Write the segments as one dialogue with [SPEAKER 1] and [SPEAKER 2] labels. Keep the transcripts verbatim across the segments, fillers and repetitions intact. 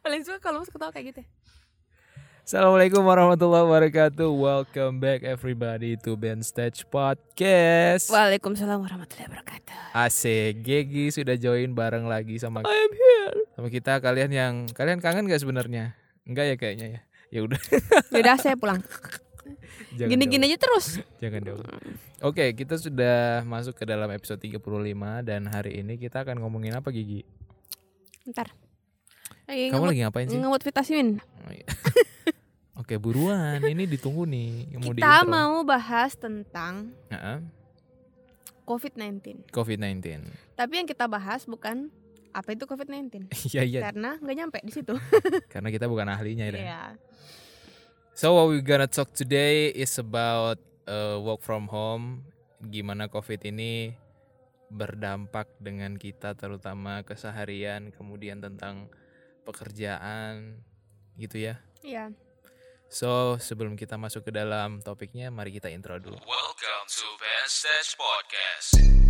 [SPEAKER 1] Paling suka kalau Mas ketawa kayak gitu.
[SPEAKER 2] Assalamualaikum warahmatullahi wabarakatuh. Welcome back everybody to Ben Stage Podcast.
[SPEAKER 1] Waalaikumsalam warahmatullahi wabarakatuh.
[SPEAKER 2] Asik, Gegi sudah join bareng lagi sama
[SPEAKER 1] I am here.
[SPEAKER 2] sama kita. Kalian yang kalian kangen gak sebenarnya? Enggak ya kayaknya ya. Ya udah.
[SPEAKER 1] Yaudah saya pulang. Gini-gini aja terus.
[SPEAKER 2] Jangan dong. Oke, kita sudah masuk ke dalam episode tiga puluh lima dan hari ini kita akan ngomongin apa, Gigi?
[SPEAKER 1] Ntar. Lagi
[SPEAKER 2] Kamu
[SPEAKER 1] ngemut,
[SPEAKER 2] lagi ngapain sih?
[SPEAKER 1] ngemut vitamin.
[SPEAKER 2] Oh, iya. Oke, buruan. Ini ditunggu nih. Mau
[SPEAKER 1] Kita
[SPEAKER 2] di-intro.
[SPEAKER 1] mau bahas tentang
[SPEAKER 2] Heeh,
[SPEAKER 1] covid sembilan belas.
[SPEAKER 2] covid sembilan belas.
[SPEAKER 1] Tapi yang kita bahas bukan apa itu covid sembilan belas.
[SPEAKER 2] Iya, iya.
[SPEAKER 1] Karena nggak nyampe di situ.
[SPEAKER 2] Karena kita bukan ahlinya ya.
[SPEAKER 1] Iya.
[SPEAKER 2] So what we gonna talk today is about uh, work from home. Gimana COVID ini berdampak dengan kita, terutama keseharian, kemudian tentang pekerjaan, gitu ya.
[SPEAKER 1] Iya.
[SPEAKER 2] So sebelum kita masuk ke dalam topiknya, mari kita intro dulu. Welcome to Ben Stage Podcast.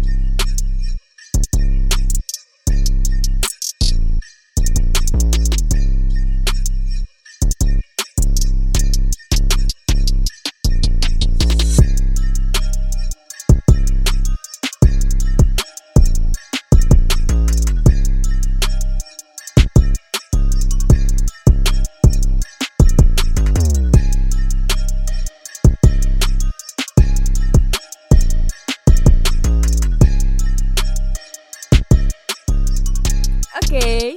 [SPEAKER 1] Oke.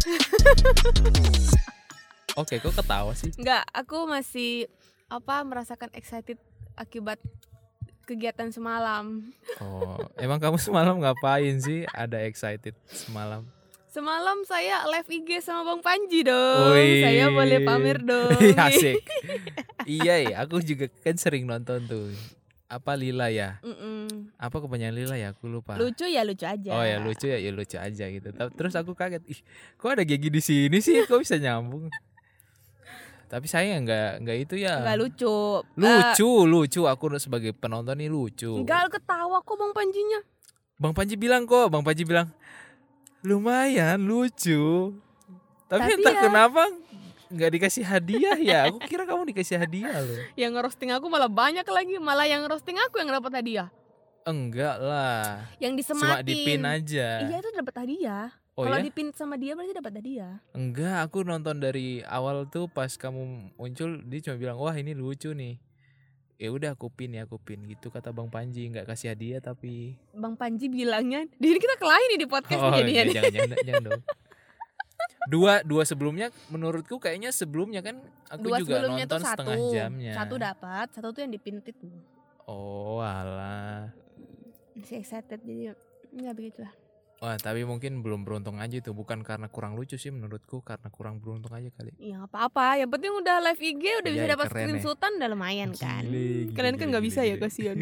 [SPEAKER 2] Oke, kok ketawa sih?
[SPEAKER 1] Enggak, aku masih apa merasakan excited akibat kegiatan semalam.
[SPEAKER 2] Oh, emang kamu semalam ngapain sih? Ada excited semalam?
[SPEAKER 1] Semalam saya live I G sama Bang Panji dong.
[SPEAKER 2] Wih.
[SPEAKER 1] Saya boleh pamer dong.
[SPEAKER 2] Asik. Iya ya, aku juga kan sering nonton tuh. Apa Lila ya?
[SPEAKER 1] Mm-mm.
[SPEAKER 2] Apa kepanjangan Lila ya? Aku lupa.
[SPEAKER 1] Lucu ya lucu aja.
[SPEAKER 2] Oh ya lucu ya, ya lucu aja gitu. Ta- Terus aku kaget, ih, kok ada Gigi di sini sih? Kok bisa nyambung? Tapi saya nggak nggak itu ya.
[SPEAKER 1] Enggak lucu.
[SPEAKER 2] Lucu, lucu. Aku sebagai penonton nih lucu.
[SPEAKER 1] Eh, enggak ketawa kok Bang Panjinya.
[SPEAKER 2] Bang Panji bilang kok, Bang Panji bilang lumayan lucu. Tapi,
[SPEAKER 1] Tapi
[SPEAKER 2] entah
[SPEAKER 1] ya-
[SPEAKER 2] kenapa nggak dikasih hadiah ya. Aku kira kamu dikasih hadiah loh.
[SPEAKER 1] Yang ngerosting aku malah banyak lagi, malah yang ngerosting aku yang dapat hadiah.
[SPEAKER 2] Enggak lah.
[SPEAKER 1] Yang
[SPEAKER 2] Cuma
[SPEAKER 1] disematin.
[SPEAKER 2] dipin aja.
[SPEAKER 1] Iya itu dapat hadiah.
[SPEAKER 2] Oh
[SPEAKER 1] Kalau
[SPEAKER 2] ya?
[SPEAKER 1] dipin sama dia berarti dapat hadiah.
[SPEAKER 2] Enggak, aku nonton dari awal tuh pas kamu muncul dia cuma bilang wah ini lucu nih. Ya udah aku pin ya aku pin gitu kata Bang Panji, nggak kasih hadiah tapi.
[SPEAKER 1] Bang Panji bilangnya, di sini kita kelahi nih di podcast
[SPEAKER 2] Oh
[SPEAKER 1] jadinya.
[SPEAKER 2] iya, jangan jangan jangan dong. Dua dua sebelumnya menurutku kayaknya sebelumnya kan aku
[SPEAKER 1] Dua
[SPEAKER 2] juga
[SPEAKER 1] sebelumnya
[SPEAKER 2] nonton
[SPEAKER 1] tuh satu,
[SPEAKER 2] setengah jamnya.
[SPEAKER 1] satu dapat, satu tuh yang dipin itu.
[SPEAKER 2] Oh alah.
[SPEAKER 1] Masih excited jadi ya begitulah.
[SPEAKER 2] Wah tapi mungkin belum beruntung aja tuh, bukan karena kurang lucu sih menurutku, karena kurang beruntung aja kali.
[SPEAKER 1] Ya apa-apa, yang penting udah live I G udah bisa
[SPEAKER 2] Iya,
[SPEAKER 1] dapat
[SPEAKER 2] keren ya.
[SPEAKER 1] screenshotan udah lumayan kan.
[SPEAKER 2] Gile, gile,
[SPEAKER 1] Kalian kan
[SPEAKER 2] gile,
[SPEAKER 1] nggak
[SPEAKER 2] gile,
[SPEAKER 1] bisa ya
[SPEAKER 2] gile.
[SPEAKER 1] kasihan.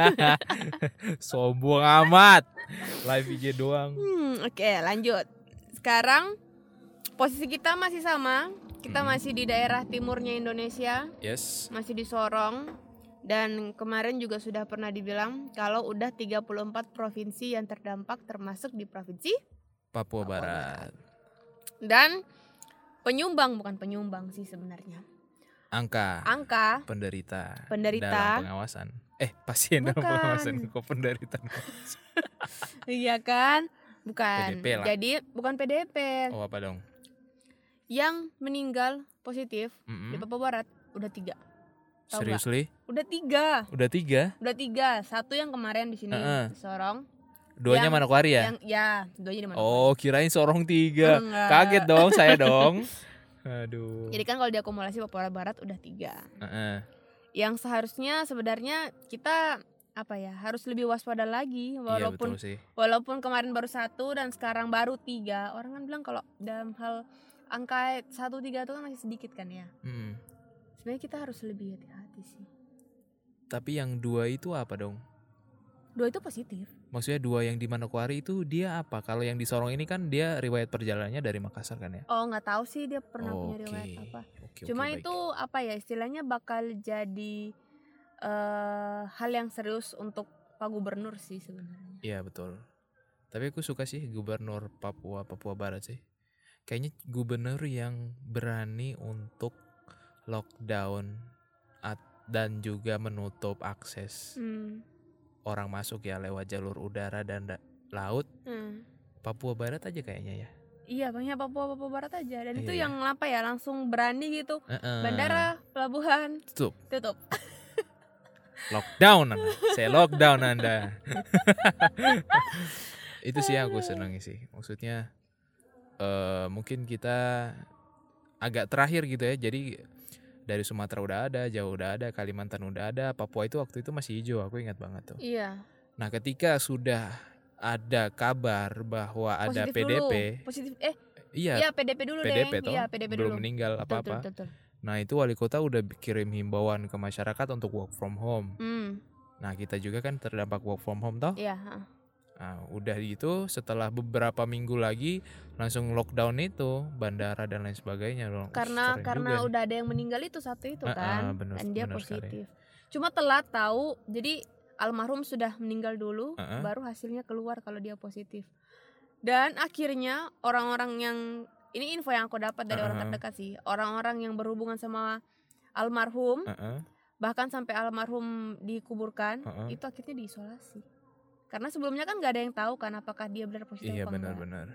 [SPEAKER 2] Sombong amat. Live I G doang.
[SPEAKER 1] Hmm, oke lanjut. Sekarang posisi kita masih sama. Kita
[SPEAKER 2] Hmm.
[SPEAKER 1] masih di daerah timurnya Indonesia,
[SPEAKER 2] Yes.
[SPEAKER 1] masih di Sorong. Dan kemarin juga sudah pernah dibilang kalau udah tiga puluh empat provinsi yang terdampak termasuk di provinsi
[SPEAKER 2] Papua
[SPEAKER 1] Papua
[SPEAKER 2] Barat.
[SPEAKER 1] dan penyumbang bukan penyumbang sih sebenarnya.
[SPEAKER 2] Angka
[SPEAKER 1] Angka
[SPEAKER 2] penderita,
[SPEAKER 1] penderita.
[SPEAKER 2] dalam pengawasan. Eh, pasien dalam
[SPEAKER 1] Bukan.
[SPEAKER 2] pengawasan, kok penderita.
[SPEAKER 1] Iya kan? Bukan.
[SPEAKER 2] P D P lah.
[SPEAKER 1] Jadi bukan P D P.
[SPEAKER 2] Oh, apa dong?
[SPEAKER 1] Yang meninggal positif
[SPEAKER 2] Mm-mm.
[SPEAKER 1] di Papua Barat udah tiga. Tahu nggak?
[SPEAKER 2] Serius li?
[SPEAKER 1] Udah tiga.
[SPEAKER 2] Udah tiga?
[SPEAKER 1] Udah tiga. Satu yang kemarin di sini
[SPEAKER 2] Heeh.
[SPEAKER 1] di Sorong.
[SPEAKER 2] Duanya
[SPEAKER 1] Yang-
[SPEAKER 2] Manokwari ya?
[SPEAKER 1] Yang ya, duanya di mana?
[SPEAKER 2] Oh, kirain Sorong tiga.
[SPEAKER 1] Enggak.
[SPEAKER 2] Kaget dong saya dong. Aduh.
[SPEAKER 1] Jadi kan kalau diakumulasi Papua Barat udah tiga.
[SPEAKER 2] Heeh.
[SPEAKER 1] Yang seharusnya sebenarnya kita apa ya harus lebih waspada lagi
[SPEAKER 2] Iya
[SPEAKER 1] walaupun
[SPEAKER 2] betul sih.
[SPEAKER 1] walaupun kemarin baru satu dan sekarang baru tiga. Orang kan bilang kalau dalam hal angka satu tiga itu kan masih sedikit kan ya.
[SPEAKER 2] Mm.
[SPEAKER 1] Sebenarnya kita harus lebih hati-hati sih.
[SPEAKER 2] Tapi yang dua itu apa dong?
[SPEAKER 1] Dua itu positif.
[SPEAKER 2] Maksudnya dua yang di Manokwari itu dia apa? Kalau yang di Sorong ini kan dia riwayat perjalanannya dari Makassar kan ya?
[SPEAKER 1] Oh nggak tahu sih dia pernah
[SPEAKER 2] Oke.
[SPEAKER 1] punya riwayat apa.
[SPEAKER 2] Oke,
[SPEAKER 1] Cuma
[SPEAKER 2] oke, baik.
[SPEAKER 1] itu apa ya istilahnya bakal jadi eh, hal yang serius untuk Pak Gubernur sih sebenarnya.
[SPEAKER 2] Iya betul. Tapi aku suka sih Gubernur Papua Papua Barat sih. kayaknya gubernur yang berani untuk lockdown at- dan juga menutup akses
[SPEAKER 1] Hmm.
[SPEAKER 2] orang masuk ya lewat jalur udara dan da- laut.
[SPEAKER 1] Hmm.
[SPEAKER 2] Papua Barat aja kayaknya ya.
[SPEAKER 1] Iya, banyak Papua Papua Barat aja. Dan
[SPEAKER 2] Iya,
[SPEAKER 1] itu
[SPEAKER 2] iya.
[SPEAKER 1] yang apa ya, langsung berani gitu.
[SPEAKER 2] Uh-uh.
[SPEAKER 1] Bandara, pelabuhan
[SPEAKER 2] Tutup.
[SPEAKER 1] tutup.
[SPEAKER 2] Lockdown Anda. Saya lockdown Anda. Itu sih yang aku senangi sih. Maksudnya eh mungkin kita agak terakhir gitu ya. Jadi dari Sumatera udah ada, Jawa udah ada, Kalimantan udah ada, Papua itu waktu itu masih hijau, aku ingat banget tuh.
[SPEAKER 1] Iya.
[SPEAKER 2] Nah, ketika sudah ada kabar bahwa ada
[SPEAKER 1] Positif
[SPEAKER 2] P D P,
[SPEAKER 1] dulu. Positif eh
[SPEAKER 2] iya,
[SPEAKER 1] iya P D P dulu
[SPEAKER 2] P D P
[SPEAKER 1] deh.
[SPEAKER 2] toh,
[SPEAKER 1] Iya, P D P
[SPEAKER 2] belum
[SPEAKER 1] dulu.
[SPEAKER 2] meninggal
[SPEAKER 1] Betul,
[SPEAKER 2] apa-apa.
[SPEAKER 1] betul, betul.
[SPEAKER 2] Nah, itu wali kota udah kirim himbauan ke masyarakat untuk work from home.
[SPEAKER 1] Hmm.
[SPEAKER 2] Nah, kita juga kan terdampak work from home toh.
[SPEAKER 1] Iya, heeh.
[SPEAKER 2] Nah, udah gitu setelah beberapa minggu lagi langsung lockdown itu bandara dan lain sebagainya dong.
[SPEAKER 1] Karena karena udah ada yang meninggal itu satu itu kan,
[SPEAKER 2] uh, uh, bener,
[SPEAKER 1] dan dia
[SPEAKER 2] bener
[SPEAKER 1] positif.
[SPEAKER 2] sekali.
[SPEAKER 1] Cuma telat tahu, jadi almarhum sudah meninggal dulu,
[SPEAKER 2] Uh-uh.
[SPEAKER 1] baru hasilnya keluar kalau dia positif. Dan akhirnya orang-orang yang ini info yang aku dapat dari
[SPEAKER 2] Uh-uh.
[SPEAKER 1] orang terdekat sih, orang-orang yang berhubungan sama almarhum,
[SPEAKER 2] Uh-uh.
[SPEAKER 1] bahkan sampai almarhum dikuburkan,
[SPEAKER 2] Uh-uh.
[SPEAKER 1] itu akhirnya diisolasi. Karena sebelumnya kan nggak ada yang tahu kan apakah dia benar positif
[SPEAKER 2] Iya,
[SPEAKER 1] apa enggak.
[SPEAKER 2] benar-benar.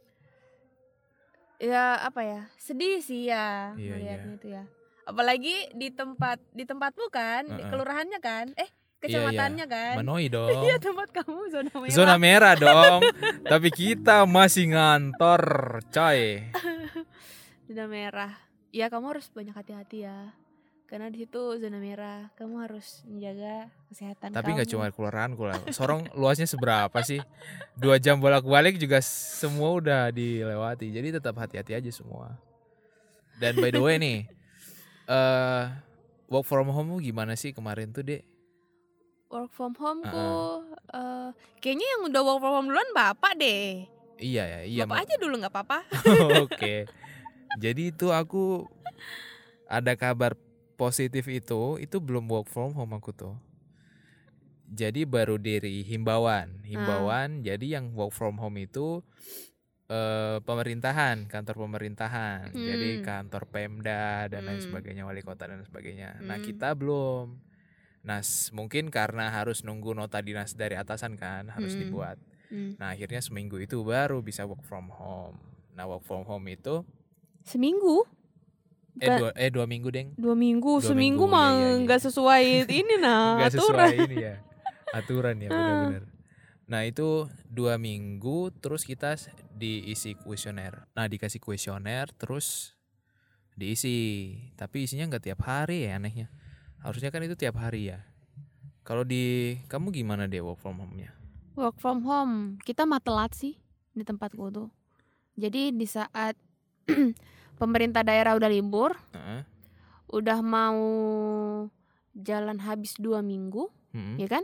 [SPEAKER 1] Ya apa ya, sedih sih ya
[SPEAKER 2] Iya,
[SPEAKER 1] melihatnya
[SPEAKER 2] iya.
[SPEAKER 1] itu ya. Apalagi di tempat di tempatmu kan, di
[SPEAKER 2] Uh-uh.
[SPEAKER 1] kelurahannya kan, eh
[SPEAKER 2] Iya, iya.
[SPEAKER 1] kecamatannya kan.
[SPEAKER 2] Manoi dong.
[SPEAKER 1] Iya, tempat kamu zona merah.
[SPEAKER 2] Zona merah dong. Tapi kita masih ngantor, coy.
[SPEAKER 1] Zona merah. Ya kamu harus banyak hati-hati ya. Karena di situ zona merah, kamu harus menjaga kesehatan
[SPEAKER 2] Tapi
[SPEAKER 1] kamu.
[SPEAKER 2] nggak cuma kelurahanku lah. Sorong luasnya seberapa sih? Dua jam bolak-balik juga semua udah dilewati. Jadi tetap hati-hati aja semua. Dan by the way nih, eh work from home gimana sih kemarin tuh, Dek?
[SPEAKER 1] Work from home ku,
[SPEAKER 2] Uh-uh.
[SPEAKER 1] eh, kayaknya yang udah work from home duluan bapak deh.
[SPEAKER 2] Iya ya, iya.
[SPEAKER 1] Bapak
[SPEAKER 2] Ma-
[SPEAKER 1] aja dulu nggak apa-apa.
[SPEAKER 2] Oke. Jadi itu aku ada kabar positif itu, itu belum work from home aku tuh. Jadi baru dari himbauan, himbauan. Jadi yang work from home itu eh, pemerintahan, kantor pemerintahan.
[SPEAKER 1] Hmm.
[SPEAKER 2] Jadi kantor Pemda dan lain
[SPEAKER 1] Hmm.
[SPEAKER 2] sebagainya, wali kota dan sebagainya. Nah,
[SPEAKER 1] Hmm.
[SPEAKER 2] kita belum. Nah, s- mungkin karena harus nunggu nota dinas dari atasan kan, harus
[SPEAKER 1] Hmm.
[SPEAKER 2] dibuat.
[SPEAKER 1] Hmm.
[SPEAKER 2] Nah, akhirnya seminggu itu baru bisa work from home. Nah, work from home itu
[SPEAKER 1] Seminggu?
[SPEAKER 2] eh
[SPEAKER 1] Bukan-
[SPEAKER 2] dua, eh dua minggu, Deng.
[SPEAKER 1] Dua minggu,
[SPEAKER 2] Dua
[SPEAKER 1] seminggu
[SPEAKER 2] minggu,
[SPEAKER 1] mah
[SPEAKER 2] iya, iya, iya.
[SPEAKER 1] nggak sesuai ini nah
[SPEAKER 2] Nggak
[SPEAKER 1] aturan.
[SPEAKER 2] sesuai ini ya, aturan ya, benar-benar. Nah, itu dua minggu terus kita s- diisi kuesioner. Nah, dikasih kuesioner terus diisi. Tapi isinya nggak tiap hari ya, anehnya. Harusnya kan itu tiap hari ya. Kalau di kamu gimana deh work from home-nya?
[SPEAKER 1] Work from home, kita mah telat sih di tempatku tuh. Jadi di saat pemerintah daerah udah libur,
[SPEAKER 2] Heeh.
[SPEAKER 1] udah mau jalan habis dua minggu,
[SPEAKER 2] Mm-mm.
[SPEAKER 1] ya kan?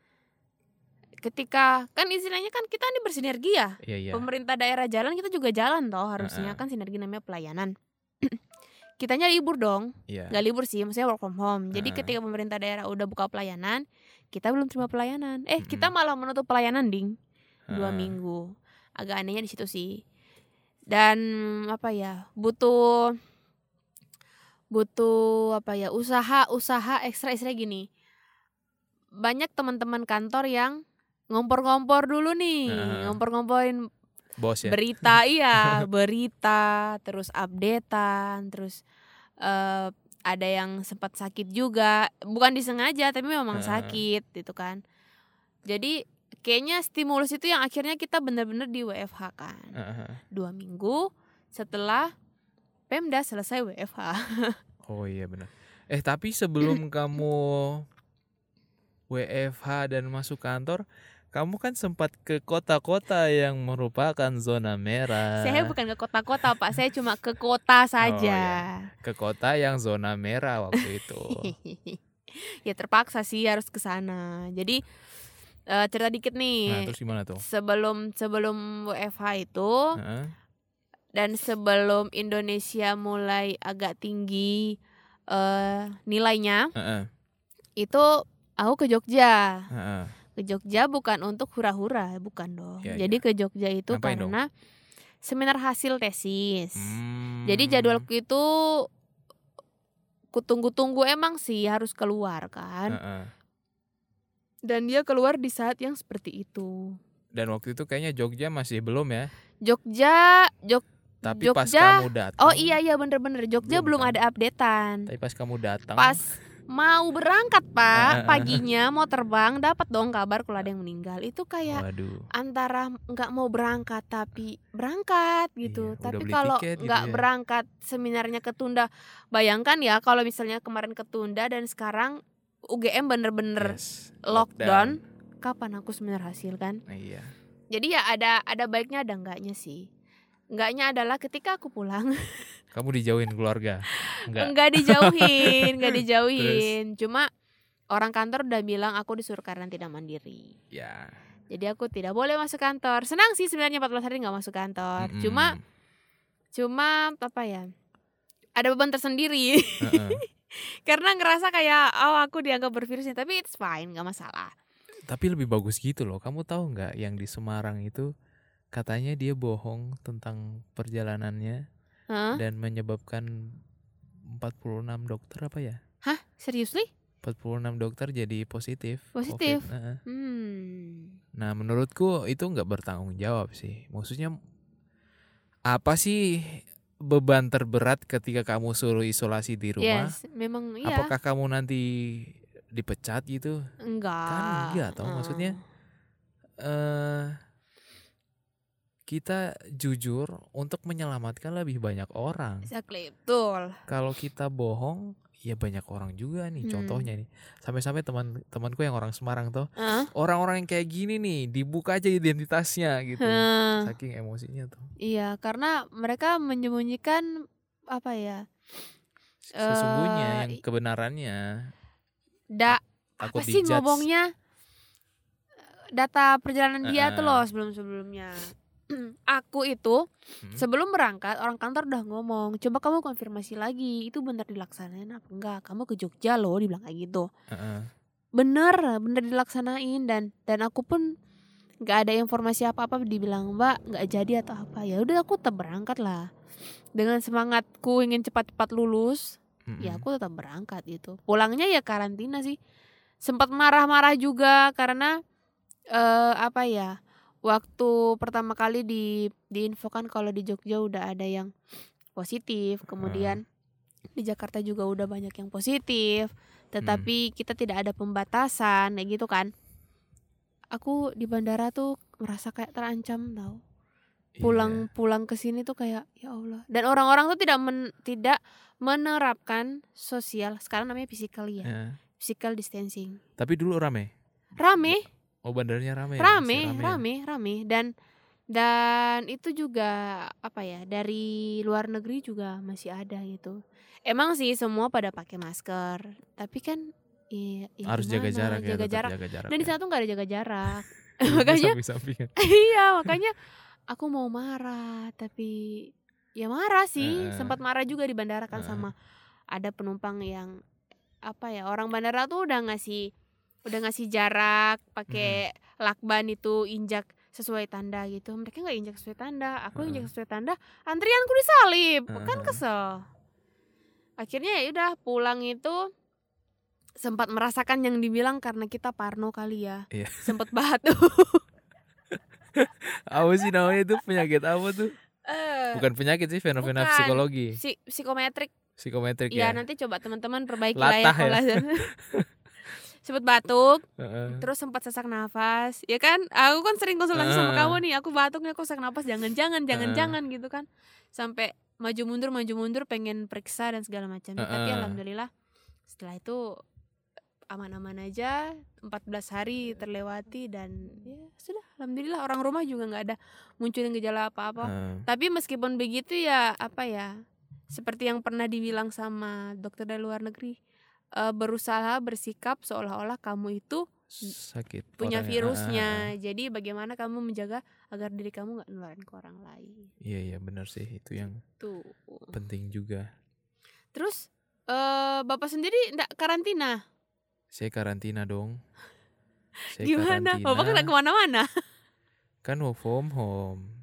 [SPEAKER 1] Ketika kan istilahnya kan kita ini bersinergi ya.
[SPEAKER 2] Iya, iya.
[SPEAKER 1] Pemerintah daerah jalan, kita juga jalan toh, harusnya
[SPEAKER 2] Uh-uh.
[SPEAKER 1] kan sinergi namanya pelayanan. Kitanya libur dong,
[SPEAKER 2] Iya.
[SPEAKER 1] nggak libur sih, maksudnya work from home. Jadi
[SPEAKER 2] Uh-uh.
[SPEAKER 1] ketika pemerintah daerah udah buka pelayanan, kita belum terima pelayanan. Eh, kita
[SPEAKER 2] Mm-mm.
[SPEAKER 1] malah menutup pelayanan ding dua
[SPEAKER 2] Heeh.
[SPEAKER 1] minggu. Agak anehnya di situ sih. Dan apa ya, butuh butuh apa ya, usaha-usaha ekstra-ekstra gini. Banyak teman-teman kantor yang ngompor-ngompor dulu nih,
[SPEAKER 2] Heeh.
[SPEAKER 1] ngompor-ngomporin
[SPEAKER 2] Bos ya.
[SPEAKER 1] berita, iya, berita, terus updatean, terus eh, ada yang sempat sakit juga, bukan disengaja tapi memang
[SPEAKER 2] Heeh.
[SPEAKER 1] sakit gitu kan. Jadi kayaknya stimulus itu yang akhirnya kita benar-benar di W F H kan,
[SPEAKER 2] Heeh.
[SPEAKER 1] dua minggu setelah Pemda selesai W F H.
[SPEAKER 2] Oh iya benar. Eh tapi sebelum kamu W F H dan masuk kantor, kamu kan sempat ke kota-kota yang merupakan zona merah.
[SPEAKER 1] Saya bukan ke kota-kota Pak, saya cuma ke kota saja.
[SPEAKER 2] iya. Ke kota yang zona merah waktu itu.
[SPEAKER 1] Ya terpaksa sih harus ke sana. Jadi eh, cerita dikit nih.
[SPEAKER 2] Nah terus gimana tuh?
[SPEAKER 1] Sebelum sebelum W F H itu
[SPEAKER 2] Heeh.
[SPEAKER 1] dan sebelum Indonesia mulai agak tinggi eh, nilainya,
[SPEAKER 2] Heeh.
[SPEAKER 1] itu aku ke Jogja.
[SPEAKER 2] Heeh.
[SPEAKER 1] Ke Jogja bukan untuk hura-hura, bukan dong.
[SPEAKER 2] Iya,
[SPEAKER 1] Jadi ke Jogja itu
[SPEAKER 2] Ngapain dong?
[SPEAKER 1] karena seminar hasil tesis.
[SPEAKER 2] Hmm.
[SPEAKER 1] Jadi jadwalku itu kutunggu-tunggu emang sih harus keluar kan.
[SPEAKER 2] Heeh.
[SPEAKER 1] Dan dia keluar di saat yang seperti itu.
[SPEAKER 2] Dan waktu itu kayaknya Jogja masih belum ya.
[SPEAKER 1] Jogja, Jog,
[SPEAKER 2] Tapi pas
[SPEAKER 1] Jogja.
[SPEAKER 2] kamu datang.
[SPEAKER 1] Oh iya iya bener-bener Jogja belum,
[SPEAKER 2] Belum kan?
[SPEAKER 1] ada updatean.
[SPEAKER 2] Tapi pas kamu datang.
[SPEAKER 1] Pas mau berangkat pak,
[SPEAKER 2] Ah, ah, ah.
[SPEAKER 1] paginya mau terbang dapat dong kabar kalau ada yang meninggal. Itu kayak
[SPEAKER 2] Waduh.
[SPEAKER 1] antara nggak mau berangkat tapi berangkat gitu.
[SPEAKER 2] Iya, udah
[SPEAKER 1] tapi
[SPEAKER 2] beli
[SPEAKER 1] kalau
[SPEAKER 2] tiket gitu
[SPEAKER 1] nggak
[SPEAKER 2] ya.
[SPEAKER 1] berangkat seminarnya ketunda. Bayangkan ya kalau misalnya kemarin ketunda dan sekarang U G M bener-bener
[SPEAKER 2] Yes,
[SPEAKER 1] lockdown. Kapan aku seminar hasil kan?
[SPEAKER 2] Nah, iya.
[SPEAKER 1] Jadi ya ada ada baiknya ada enggaknya sih. Enggaknya adalah ketika aku pulang
[SPEAKER 2] Kamu dijauhin keluarga? Enggak.
[SPEAKER 1] enggak dijauhin, enggak dijauhin. Cuma orang kantor udah bilang aku disuruh karantina mandiri.
[SPEAKER 2] Ya.
[SPEAKER 1] Jadi aku tidak boleh masuk kantor. Senang sih sebenarnya empat belas hari enggak masuk kantor.
[SPEAKER 2] Mm-mm.
[SPEAKER 1] Cuma cuma apa ya? Ada beban tersendiri.
[SPEAKER 2] Heeh.
[SPEAKER 1] Karena ngerasa kayak oh aku dianggap bervirusnya, tapi it's fine, enggak masalah.
[SPEAKER 2] Tapi lebih bagus gitu loh. Kamu tahu nggak yang di Semarang itu katanya dia bohong tentang perjalanannya
[SPEAKER 1] Hah?
[SPEAKER 2] dan menyebabkan empat puluh enam dokter apa ya?
[SPEAKER 1] Hah? Seriously?
[SPEAKER 2] empat puluh enam dokter jadi positif.
[SPEAKER 1] Positif?
[SPEAKER 2] COVID. Heeh.
[SPEAKER 1] Hmm.
[SPEAKER 2] Nah menurutku itu nggak bertanggung jawab sih. Maksudnya apa sih beban terberat ketika kamu suruh isolasi di rumah?
[SPEAKER 1] Yes, memang iya.
[SPEAKER 2] Apakah kamu nanti dipecat gitu?
[SPEAKER 1] Enggak.
[SPEAKER 2] Kan enggak tau,
[SPEAKER 1] Heeh.
[SPEAKER 2] maksudnya eh kita jujur untuk menyelamatkan lebih banyak orang.
[SPEAKER 1] Exactly, betul.
[SPEAKER 2] Kalau kita bohong, ya banyak orang juga nih.
[SPEAKER 1] Hmm.
[SPEAKER 2] Contohnya nih, sampai-sampai teman-temanku yang orang Semarang tuh,
[SPEAKER 1] Heeh.
[SPEAKER 2] orang-orang yang kayak gini nih dibuka aja identitasnya gitu.
[SPEAKER 1] Heeh.
[SPEAKER 2] Saking emosinya tuh.
[SPEAKER 1] Iya, karena mereka menyembunyikan apa ya?
[SPEAKER 2] Sesungguhnya
[SPEAKER 1] Eh,
[SPEAKER 2] yang kebenarannya
[SPEAKER 1] Da,
[SPEAKER 2] takut
[SPEAKER 1] apa sih
[SPEAKER 2] dijudge.
[SPEAKER 1] ngomongnya? Data perjalanan dia tuh
[SPEAKER 2] Heeh.
[SPEAKER 1] loh sebelum-sebelumnya. Aku itu
[SPEAKER 2] Hmm.
[SPEAKER 1] sebelum berangkat orang kantor udah ngomong, coba kamu konfirmasi lagi itu benar dilaksanain apa enggak. Kamu ke Jogja loh, dibilang kayak gitu.
[SPEAKER 2] Heeh.
[SPEAKER 1] Bener, bener dilaksanain dan dan aku pun nggak ada informasi apa-apa, dibilang Mbak nggak jadi atau apa. Ya udah aku tetap berangkat lah. Dengan semangatku ingin cepat-cepat lulus, ya
[SPEAKER 2] Mm-mm.
[SPEAKER 1] aku tetap berangkat gitu. Pulangnya ya karantina sih. Sempat marah-marah juga karena eh apa ya? Waktu pertama kali di diinfokan kalau di Jogja udah ada yang positif, kemudian di Jakarta juga udah banyak yang positif, tetapi kita tidak ada pembatasan kayak gitu kan. Aku di bandara tuh merasa kayak terancam tau. Pulang pulang ke sini tuh kayak ya Allah. Dan orang-orang tuh tidak men, tidak menerapkan sosial, sekarang namanya physical ya.
[SPEAKER 2] Iya.
[SPEAKER 1] Physical distancing.
[SPEAKER 2] Tapi dulu rame.
[SPEAKER 1] Rame,
[SPEAKER 2] Oh bandaranya rame. ya?
[SPEAKER 1] rame,
[SPEAKER 2] Masih ya?
[SPEAKER 1] rame, rame dan dan itu juga apa ya, dari luar negeri juga masih ada gitu. Emang sih semua pada pakai masker, tapi kan iya, ya
[SPEAKER 2] Harus jaga
[SPEAKER 1] gimana?
[SPEAKER 2] jarak ya,
[SPEAKER 1] jaga
[SPEAKER 2] tetap
[SPEAKER 1] jarak.
[SPEAKER 2] jaga jarak.
[SPEAKER 1] Dan di
[SPEAKER 2] ya.
[SPEAKER 1] sana tuh nggak ada jaga jarak.
[SPEAKER 2] Duduknya
[SPEAKER 1] Makanya
[SPEAKER 2] samping-sampingan.
[SPEAKER 1] iya, makanya aku mau marah tapi ya marah sih,
[SPEAKER 2] Heeh.
[SPEAKER 1] sempat marah juga di bandara kan
[SPEAKER 2] Heeh.
[SPEAKER 1] sama ada penumpang yang apa ya, orang bandara tuh udah ngasih udah ngasih jarak pakai lakban itu injak sesuai tanda gitu. Mereka nggak injak sesuai tanda, aku
[SPEAKER 2] Heeh.
[SPEAKER 1] injak sesuai tanda, antrianku disalip. Kan
[SPEAKER 2] Heeh.
[SPEAKER 1] kesel. Akhirnya ya udah pulang itu sempat merasakan yang dibilang karena kita parno kali ya.
[SPEAKER 2] Iya.
[SPEAKER 1] Sempat batuk.
[SPEAKER 2] Apa sih namanya itu, penyakit apa tuh?
[SPEAKER 1] Eh,
[SPEAKER 2] Bukan penyakit sih, fenomena
[SPEAKER 1] bukan.
[SPEAKER 2] psikologi.
[SPEAKER 1] Si, psikometrik.
[SPEAKER 2] Psikometrik
[SPEAKER 1] Ya,
[SPEAKER 2] ya.
[SPEAKER 1] nanti coba teman-teman perbaiki lah ya
[SPEAKER 2] Latah
[SPEAKER 1] kalau
[SPEAKER 2] ya.
[SPEAKER 1] sempat batuk,
[SPEAKER 2] Heeh.
[SPEAKER 1] terus sempat sesak nafas. Ya kan? Aku kan sering konsultasi sama
[SPEAKER 2] Heeh.
[SPEAKER 1] kamu nih, aku batuk nih, aku sesak nafas, jangan-jangan, jangan-jangan gitu kan. Sampai maju mundur maju mundur pengen periksa dan segala macam. Tapi
[SPEAKER 2] Heeh.
[SPEAKER 1] alhamdulillah setelah itu aman-aman aja, empat belas hari terlewati dan ya sudah, alhamdulillah orang rumah juga nggak ada munculin gejala apa-apa.
[SPEAKER 2] Heeh.
[SPEAKER 1] Tapi meskipun begitu ya apa ya, seperti yang pernah dibilang sama dokter dari luar negeri, eh, berusaha bersikap seolah-olah kamu itu
[SPEAKER 2] Sakit.
[SPEAKER 1] punya
[SPEAKER 2] orangnya.
[SPEAKER 1] virusnya.
[SPEAKER 2] Heeh.
[SPEAKER 1] Jadi bagaimana kamu menjaga agar diri kamu nggak nularin ke orang lain.
[SPEAKER 2] Iya iya benar sih, itu yang
[SPEAKER 1] Tuh.
[SPEAKER 2] penting juga.
[SPEAKER 1] Terus eh bapak sendiri nggak karantina?
[SPEAKER 2] Saya karantina dong. Saya
[SPEAKER 1] Gimana?
[SPEAKER 2] karantina.
[SPEAKER 1] Bapak nggak kemana-mana?
[SPEAKER 2] Kan work from home.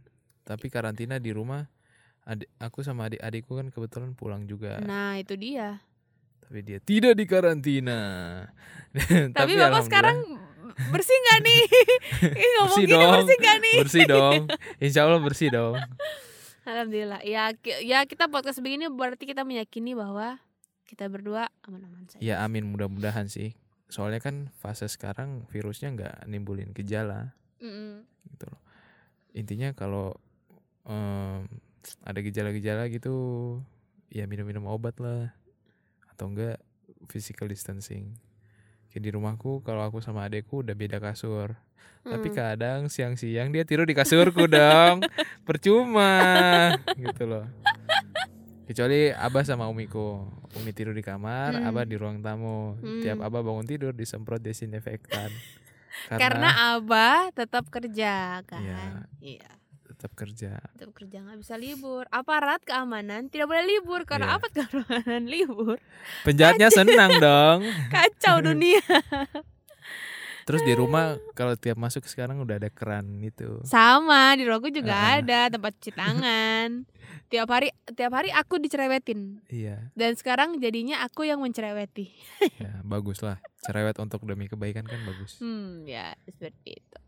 [SPEAKER 2] Tapi karantina di rumah, adik, aku sama adik-adikku kan kebetulan pulang juga.
[SPEAKER 1] Nah itu dia.
[SPEAKER 2] Tapi dia tidak di karantina.
[SPEAKER 1] Tapi,
[SPEAKER 2] Tapi
[SPEAKER 1] Bapak sekarang bersih gak nih? Ngomong
[SPEAKER 2] bersih
[SPEAKER 1] gini
[SPEAKER 2] dong,
[SPEAKER 1] bersih gak nih?
[SPEAKER 2] bersih dong. Insya Allah bersih dong.
[SPEAKER 1] Alhamdulillah. Ya, ki- ya kita podcast begini berarti kita meyakini bahwa kita berdua aman-aman saja.
[SPEAKER 2] Ya amin, mudah-mudahan sih. Soalnya kan fase sekarang virusnya nggak nimbulin gejala.
[SPEAKER 1] Mm-mm.
[SPEAKER 2] Gitu loh. Intinya kalau um, ada gejala-gejala gitu, ya minum-minum obat lah. Atau enggak physical distancing. Kayak di rumahku kalau aku sama adekku udah beda kasur.
[SPEAKER 1] Hmm.
[SPEAKER 2] Tapi kadang siang-siang dia tidur di kasurku dong. Percuma gitu loh. Kecuali Abah sama Umiku. Umi tidur di kamar,
[SPEAKER 1] Hmm.
[SPEAKER 2] Abah di ruang tamu.
[SPEAKER 1] Hmm.
[SPEAKER 2] Tiap Abah bangun tidur disemprot desinfektan.
[SPEAKER 1] Karena Abah tetap kerja kan.
[SPEAKER 2] Iya.
[SPEAKER 1] Iya.
[SPEAKER 2] Tetap kerja.
[SPEAKER 1] Tetap kerja nggak bisa libur. Aparat keamanan tidak boleh libur karena
[SPEAKER 2] Iya.
[SPEAKER 1] aparat keamanan libur.
[SPEAKER 2] Penjahatnya senang dong.
[SPEAKER 1] Kacau dunia.
[SPEAKER 2] Terus di rumah kalau tiap masuk sekarang udah ada keran itu.
[SPEAKER 1] Sama di rumahku juga
[SPEAKER 2] Uh-uh.
[SPEAKER 1] ada tempat cuci tangan. Tiap hari tiap hari aku dicerewetin.
[SPEAKER 2] Iya.
[SPEAKER 1] Dan sekarang jadinya aku yang mencereweti.
[SPEAKER 2] Ya, bagus lah. Cerewet untuk demi kebaikan kan bagus.
[SPEAKER 1] Hmm, ya seperti itu.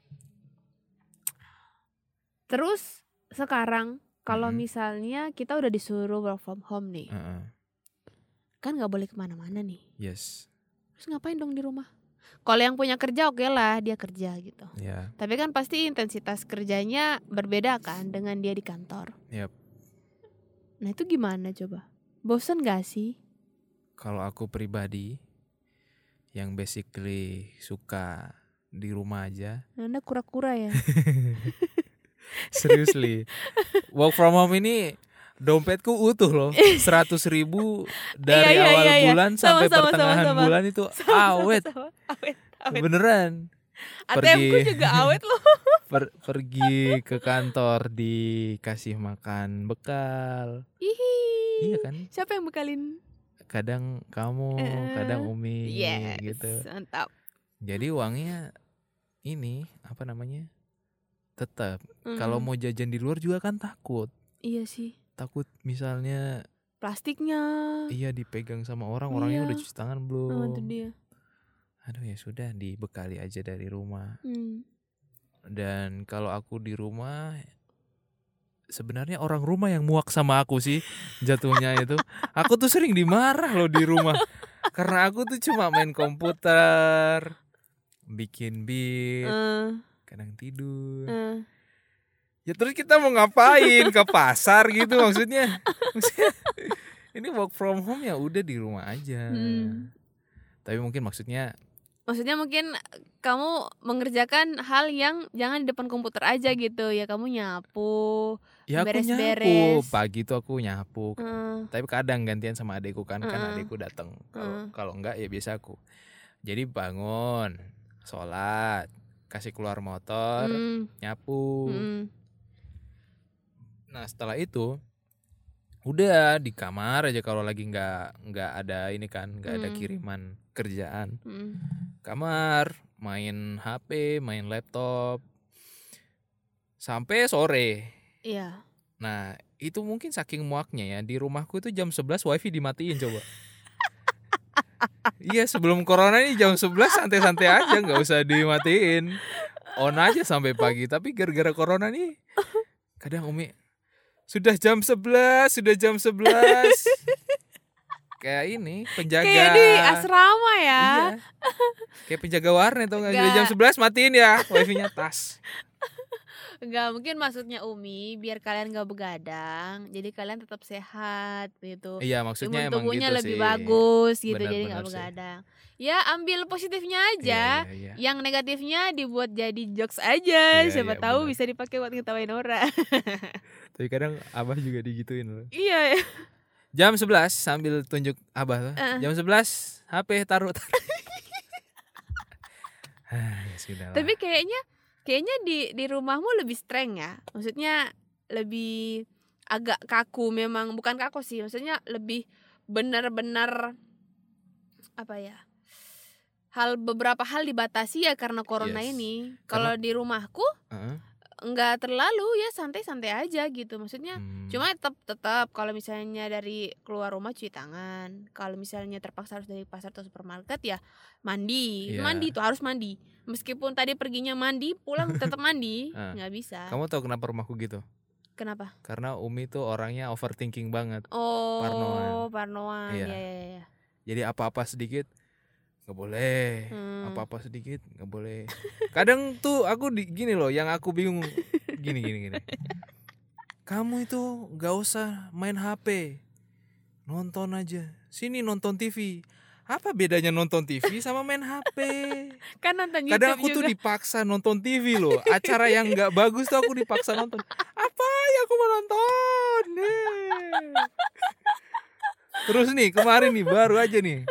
[SPEAKER 1] Terus sekarang kalau
[SPEAKER 2] Mhm.
[SPEAKER 1] misalnya kita udah disuruh work from home nih,
[SPEAKER 2] Uh-uh.
[SPEAKER 1] kan nggak boleh kemana-mana nih.
[SPEAKER 2] Yes.
[SPEAKER 1] Terus ngapain dong di rumah? Kalau yang punya kerja oke lah dia kerja gitu.
[SPEAKER 2] Ya.
[SPEAKER 1] Tapi kan pasti intensitas kerjanya berbeda kan dengan dia di kantor.
[SPEAKER 2] Yap.
[SPEAKER 1] Nah itu gimana coba? Bosen gak sih?
[SPEAKER 2] Kalau aku pribadi yang basically suka di rumah aja.
[SPEAKER 1] Anda kura-kura ya?
[SPEAKER 2] Seriously. Work from home ini dompetku utuh loh. Seratus ribu dari
[SPEAKER 1] Iya, iya,
[SPEAKER 2] awal
[SPEAKER 1] iya, iya.
[SPEAKER 2] bulan
[SPEAKER 1] Sama,
[SPEAKER 2] sampai
[SPEAKER 1] sama,
[SPEAKER 2] pertengahan
[SPEAKER 1] sama, sama.
[SPEAKER 2] bulan itu awet.
[SPEAKER 1] Sama-sama. Awet, awet.
[SPEAKER 2] Beneran.
[SPEAKER 1] A T M-ku
[SPEAKER 2] Pergi.
[SPEAKER 1] juga awet loh.
[SPEAKER 2] Per- pergi ke kantor dikasih makan bekal.
[SPEAKER 1] Hihi.
[SPEAKER 2] Iya kan?
[SPEAKER 1] Siapa yang bekalin?
[SPEAKER 2] Kadang kamu,
[SPEAKER 1] Eh,
[SPEAKER 2] kadang Umi
[SPEAKER 1] Yes,
[SPEAKER 2] gitu.
[SPEAKER 1] mantap.
[SPEAKER 2] Jadi uangnya ini apa namanya? Tetap.
[SPEAKER 1] Mm.
[SPEAKER 2] Kalau mau jajan di luar juga kan takut.
[SPEAKER 1] Iya sih.
[SPEAKER 2] Takut misalnya
[SPEAKER 1] Plastiknya.
[SPEAKER 2] iya dipegang sama orang, orangnya
[SPEAKER 1] Iya.
[SPEAKER 2] udah cuci tangan
[SPEAKER 1] Oh,
[SPEAKER 2] belum.
[SPEAKER 1] itu dia.
[SPEAKER 2] Aduh ya sudah dibekali aja dari rumah.
[SPEAKER 1] Hmm.
[SPEAKER 2] Dan kalau aku di rumah sebenarnya orang rumah yang muak sama aku sih jatuhnya itu. Aku tuh sering dimarah loh di rumah. Karena aku tuh cuma main komputer, bikin beat,
[SPEAKER 1] Eh,
[SPEAKER 2] kadang tidur.
[SPEAKER 1] eh.
[SPEAKER 2] Ya terus kita mau ngapain? Ke pasar gitu maksudnya. Maksudnya, ini work from home ya udah di rumah aja.
[SPEAKER 1] Hmm.
[SPEAKER 2] Tapi mungkin maksudnya
[SPEAKER 1] Maksudnya mungkin kamu mengerjakan hal yang jangan di depan komputer aja gitu ya, kamu nyapu.
[SPEAKER 2] ya aku nyapu.
[SPEAKER 1] Beres-beres.
[SPEAKER 2] Pagi tuh aku nyapu.
[SPEAKER 1] Eh,
[SPEAKER 2] Tapi kadang gantian sama adekku kan, kan
[SPEAKER 1] Uh-uh.
[SPEAKER 2] adekku datang. Kalau
[SPEAKER 1] Uh.
[SPEAKER 2] kalau enggak ya biasa aku. Jadi bangun, sholat, kasih keluar motor,
[SPEAKER 1] hmm,
[SPEAKER 2] nyapu.
[SPEAKER 1] hmm.
[SPEAKER 2] Nah setelah itu udah di kamar aja kalau lagi nggak nggak ada ini kan, nggak ada
[SPEAKER 1] Hmm.
[SPEAKER 2] kiriman kerjaan.
[SPEAKER 1] Hmm.
[SPEAKER 2] Kamar, main H P, main laptop sampai sore.
[SPEAKER 1] Iya.
[SPEAKER 2] Nah itu mungkin saking muaknya ya, di rumahku itu jam sebelas wifi dimatiin coba. Iya sebelum corona ini jam sebelas santai-santai aja, nggak usah dimatiin, on aja sampai pagi. Tapi gara-gara corona nih kadang Umi sudah jam sebelas, sudah jam sebelas. Kayak ini penjaga.
[SPEAKER 1] Kayak di asrama ya.
[SPEAKER 2] Iya. Kayak penjaga warnet tau gak? Sudah
[SPEAKER 1] Nggak.
[SPEAKER 2] jam sebelas matiin ya wifi-nya, tas.
[SPEAKER 1] Enggak, mungkin maksudnya Umi biar kalian gak begadang, jadi kalian tetap sehat gitu.
[SPEAKER 2] Iya maksudnya
[SPEAKER 1] Imun
[SPEAKER 2] emang
[SPEAKER 1] tubuhnya
[SPEAKER 2] gitu
[SPEAKER 1] lebih
[SPEAKER 2] sih.
[SPEAKER 1] bagus gitu,
[SPEAKER 2] Benar,
[SPEAKER 1] jadi
[SPEAKER 2] benar
[SPEAKER 1] nggak
[SPEAKER 2] sih.
[SPEAKER 1] begadang. Ya ambil positifnya
[SPEAKER 2] Iya,
[SPEAKER 1] aja,
[SPEAKER 2] iya, iya.
[SPEAKER 1] yang negatifnya dibuat jadi jokes aja.
[SPEAKER 2] Iya,
[SPEAKER 1] Siapa
[SPEAKER 2] iya,
[SPEAKER 1] tahu
[SPEAKER 2] benar.
[SPEAKER 1] bisa dipakai buat ngetawain orang.
[SPEAKER 2] Tapi kadang Abah juga digituin loh.
[SPEAKER 1] Iya.
[SPEAKER 2] Jam sebelas sambil tunjuk Abah tuh.
[SPEAKER 1] Uh.
[SPEAKER 2] Jam sebelas H P taruh. taruh. Ah, ya sudah lah.
[SPEAKER 1] Tapi kayaknya kayaknya di di rumahmu lebih streng ya. Maksudnya lebih agak kaku memang, bukan kaku sih. Maksudnya lebih benar-benar apa ya? Hal beberapa hal dibatasi ya karena corona
[SPEAKER 2] Yes.
[SPEAKER 1] ini.
[SPEAKER 2] Karena-
[SPEAKER 1] Kalau di rumahku
[SPEAKER 2] Heeh.
[SPEAKER 1] Enggak terlalu ya, santai-santai aja gitu. Maksudnya
[SPEAKER 2] Hmm.
[SPEAKER 1] cuma tetap tetap kalau misalnya dari keluar rumah cuci tangan. Kalau misalnya terpaksa harus dari pasar atau supermarket ya mandi.
[SPEAKER 2] Iya.
[SPEAKER 1] Mandi tuh harus mandi. Meskipun tadi perginya mandi, pulang tetap mandi.
[SPEAKER 2] Ah.
[SPEAKER 1] Nggak bisa.
[SPEAKER 2] Kamu tahu kenapa rumahku gitu?
[SPEAKER 1] Kenapa?
[SPEAKER 2] Karena Umi tuh orangnya overthinking banget.
[SPEAKER 1] Oh,
[SPEAKER 2] Parnoan.
[SPEAKER 1] parnoan.
[SPEAKER 2] Iya.
[SPEAKER 1] Ya, ya, ya.
[SPEAKER 2] Jadi apa-apa sedikit nggak boleh,
[SPEAKER 1] Hmm.
[SPEAKER 2] apa-apa sedikit nggak boleh. Kadang tuh aku di, gini loh, yang aku bingung gini gini gini. Kamu itu nggak usah main H P, nonton aja. Sini nonton T V. Apa bedanya nonton T V sama main H P?
[SPEAKER 1] Kan nonton
[SPEAKER 2] Kadang
[SPEAKER 1] YouTube
[SPEAKER 2] aku tuh
[SPEAKER 1] juga.
[SPEAKER 2] dipaksa nonton T V loh. Acara yang nggak bagus tuh aku dipaksa nonton. Apa ya aku mau nonton? Nih. Terus nih kemarin nih baru aja nih.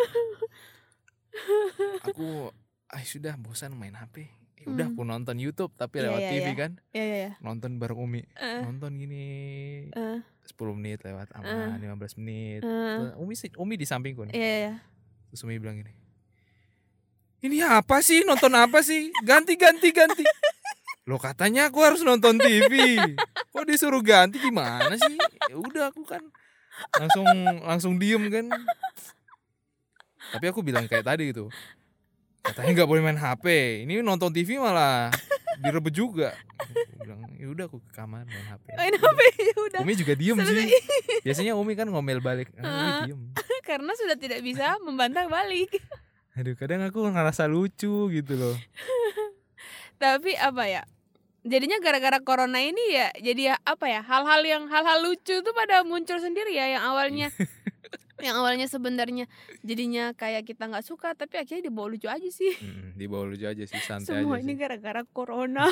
[SPEAKER 2] Aku ah sudah bosan main H P. Ya udah
[SPEAKER 1] Hmm.
[SPEAKER 2] aku nonton YouTube tapi
[SPEAKER 1] Iya,
[SPEAKER 2] lewat
[SPEAKER 1] iya,
[SPEAKER 2] T V
[SPEAKER 1] iya.
[SPEAKER 2] kan.
[SPEAKER 1] Ya, ya, ya.
[SPEAKER 2] Nonton bareng Umi.
[SPEAKER 1] Eh,
[SPEAKER 2] Nonton gini
[SPEAKER 1] eh,
[SPEAKER 2] sepuluh menit lewat
[SPEAKER 1] eh,
[SPEAKER 2] aman, lima belas menit.
[SPEAKER 1] eh.
[SPEAKER 2] Umi si- Umi di sampingku nih.
[SPEAKER 1] Iya, iya.
[SPEAKER 2] Terus Umi bilang gini. Ini apa sih? Nonton apa sih? Ganti ganti ganti. Loh katanya aku harus nonton T V. Kok disuruh ganti gimana sih? Ya udah aku kan langsung langsung diem kan. Tapi aku bilang kayak tadi gitu. Katanya nggak boleh main H P. Ini nonton T V malah direbut juga. Aku bilang ya udah aku ke kamar main H P.
[SPEAKER 1] Main H P ya udah.
[SPEAKER 2] Umi juga diem
[SPEAKER 1] Selesai.
[SPEAKER 2] sih. Biasanya Umi kan ngomel balik. Ah, Umi
[SPEAKER 1] Ah.
[SPEAKER 2] diem.
[SPEAKER 1] Karena sudah tidak bisa membantah balik.
[SPEAKER 2] Aduh kadang aku ngerasa lucu gitu loh.
[SPEAKER 1] Tapi apa ya? Jadinya gara-gara corona ini ya jadi ya apa ya? Hal-hal yang hal-hal lucu tuh pada muncul sendiri ya yang awalnya yang awalnya sebenarnya jadinya kayak kita nggak suka tapi akhirnya dibawa lucu aja sih.
[SPEAKER 2] Mm, di bawah lucu aja sih, santai
[SPEAKER 1] Semua
[SPEAKER 2] aja
[SPEAKER 1] ini
[SPEAKER 2] sih.
[SPEAKER 1] gara-gara corona.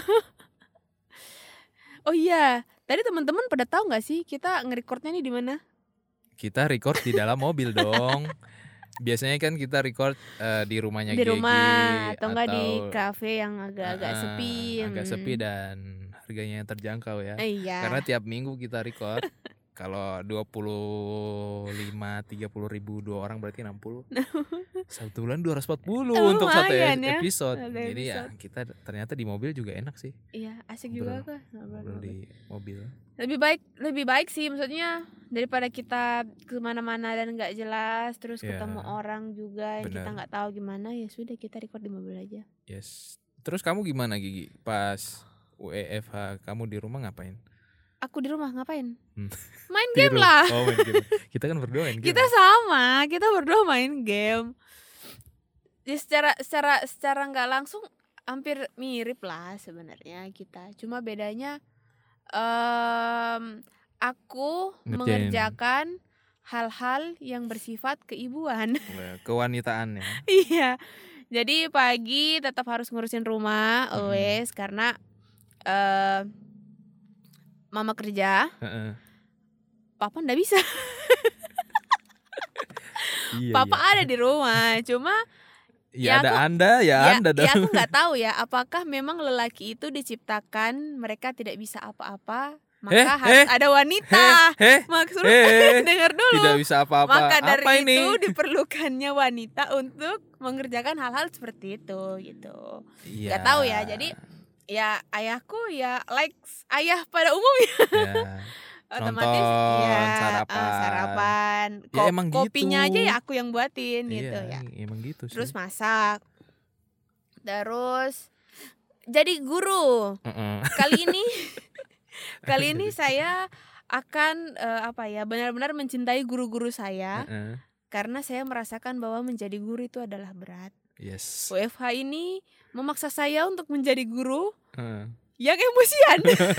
[SPEAKER 1] Oh iya, tadi teman-teman pada tahu nggak sih kita nge-recordnya nih di mana?
[SPEAKER 2] Kita record di dalam mobil dong. Biasanya kan kita record eh, di rumahnya
[SPEAKER 1] Di
[SPEAKER 2] Gigi
[SPEAKER 1] rumah atau enggak di
[SPEAKER 2] atau
[SPEAKER 1] kafe yang agak-agak
[SPEAKER 2] eh,
[SPEAKER 1] sepi.
[SPEAKER 2] agak
[SPEAKER 1] Hmm.
[SPEAKER 2] sepi dan harganya terjangkau ya.
[SPEAKER 1] Eh, iya.
[SPEAKER 2] Karena tiap minggu kita record. Kalau dua puluh lima tiga puluh ribu dua orang berarti enam puluh. Satu bulan dua ratus empat puluh
[SPEAKER 1] Oh,
[SPEAKER 2] untuk satu
[SPEAKER 1] lumayan
[SPEAKER 2] e-
[SPEAKER 1] ya.
[SPEAKER 2] episode.
[SPEAKER 1] Satu
[SPEAKER 2] Jadi ya
[SPEAKER 1] episode.
[SPEAKER 2] kita ternyata di mobil juga enak sih.
[SPEAKER 1] Iya, asik juga
[SPEAKER 2] Ngobrol,
[SPEAKER 1] kok ngobrol
[SPEAKER 2] ngobrol
[SPEAKER 1] mobil.
[SPEAKER 2] di mobil.
[SPEAKER 1] Lebih baik lebih baik sih maksudnya daripada kita kemana-mana dan nggak jelas terus
[SPEAKER 2] Ya,
[SPEAKER 1] ketemu orang juga yang kita
[SPEAKER 2] benar.
[SPEAKER 1] nggak tahu gimana ya sudah kita record di mobil aja.
[SPEAKER 2] Yes. Terus kamu gimana Gigi? Pas W F H kamu di rumah ngapain?
[SPEAKER 1] Aku di rumah ngapain?
[SPEAKER 2] Hmm.
[SPEAKER 1] Main game
[SPEAKER 2] Tidur.
[SPEAKER 1] lah.
[SPEAKER 2] Oh main game. Kita kan berdua main game.
[SPEAKER 1] Kita sama, kita berdua main game. Ya secara secara secara nggak langsung hampir mirip lah sebenarnya kita. Cuma bedanya em aku
[SPEAKER 2] Ngerjain.
[SPEAKER 1] mengerjakan hal-hal yang bersifat keibuan.
[SPEAKER 2] Wah, kewanitaan ya.
[SPEAKER 1] Iya. Jadi pagi tetap harus ngurusin rumah
[SPEAKER 2] Mm-mm.
[SPEAKER 1] always karena eh mama kerja,
[SPEAKER 2] Heeh.
[SPEAKER 1] papa ndak bisa.
[SPEAKER 2] Iya,
[SPEAKER 1] Papa
[SPEAKER 2] iya.
[SPEAKER 1] ada di rumah, cuma
[SPEAKER 2] Ya,
[SPEAKER 1] ya
[SPEAKER 2] ada
[SPEAKER 1] aku
[SPEAKER 2] Anda, ya,
[SPEAKER 1] ya,
[SPEAKER 2] Anda
[SPEAKER 1] ya aku
[SPEAKER 2] dong.
[SPEAKER 1] nggak tahu ya apakah memang lelaki itu diciptakan mereka tidak bisa apa-apa, maka
[SPEAKER 2] Eh,
[SPEAKER 1] harus
[SPEAKER 2] eh,
[SPEAKER 1] ada wanita.
[SPEAKER 2] Heh,
[SPEAKER 1] Maksud
[SPEAKER 2] eh,
[SPEAKER 1] dengar dulu.
[SPEAKER 2] tidak bisa apa-apa.
[SPEAKER 1] Maka dari
[SPEAKER 2] Apa ini?
[SPEAKER 1] itu diperlukannya wanita untuk mengerjakan hal-hal seperti itu gitu.
[SPEAKER 2] Iya.
[SPEAKER 1] Nggak tahu ya. Jadi ya ayahku ya like ayah pada umumnya
[SPEAKER 2] Ya.
[SPEAKER 1] otomatis
[SPEAKER 2] Nonton,
[SPEAKER 1] ya
[SPEAKER 2] sarapan.
[SPEAKER 1] eh, sarapan.
[SPEAKER 2] Ya,
[SPEAKER 1] Kop-
[SPEAKER 2] emang
[SPEAKER 1] kopinya
[SPEAKER 2] gitu.
[SPEAKER 1] aja ya aku yang buatin gitu
[SPEAKER 2] Iya,
[SPEAKER 1] ya.
[SPEAKER 2] emang gitu sih.
[SPEAKER 1] Terus masak. Terus jadi guru.
[SPEAKER 2] Heeh.
[SPEAKER 1] Kali ini kali ini saya akan eh, apa ya benar-benar mencintai guru-guru saya
[SPEAKER 2] Heeh.
[SPEAKER 1] karena saya merasakan bahwa menjadi guru itu adalah berat.
[SPEAKER 2] Yes.
[SPEAKER 1] W F H ini memaksa saya untuk menjadi guru
[SPEAKER 2] Heeh.
[SPEAKER 1] yang emosian.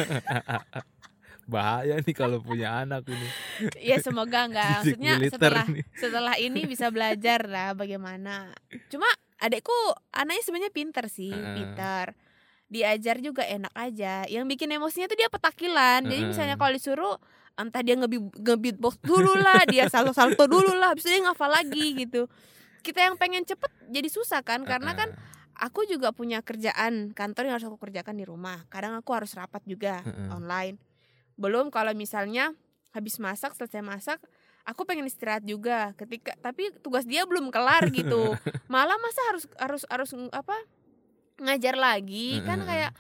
[SPEAKER 2] Bahaya nih kalau punya anak ini.
[SPEAKER 1] Ya semoga enggak.
[SPEAKER 2] Didik
[SPEAKER 1] Maksudnya
[SPEAKER 2] militer
[SPEAKER 1] setelah
[SPEAKER 2] nih.
[SPEAKER 1] setelah ini bisa belajar lah bagaimana. Cuma adekku anaknya sebenarnya pinter sih,
[SPEAKER 2] Heeh.
[SPEAKER 1] pinter. Diajar juga enak aja. Yang bikin emosinya tuh dia petakilan. Jadi
[SPEAKER 2] Heeh.
[SPEAKER 1] misalnya kalau disuruh entah dia nge- nge-beatbox dulu lah, dia salto-salto dulu lah, habis itu dia ngafal lagi gitu. Kita yang pengen cepet jadi susah kan karena kan aku juga punya kerjaan kantor yang harus aku kerjakan di rumah. Kadang aku harus rapat juga
[SPEAKER 2] Heeh.
[SPEAKER 1] online. Belum kalau misalnya habis masak, selesai masak, aku pengen istirahat juga. Ketika tapi tugas dia belum kelar gitu. Malah masa harus harus harus ng- apa? ngajar lagi kan
[SPEAKER 2] Heeh.
[SPEAKER 1] kayak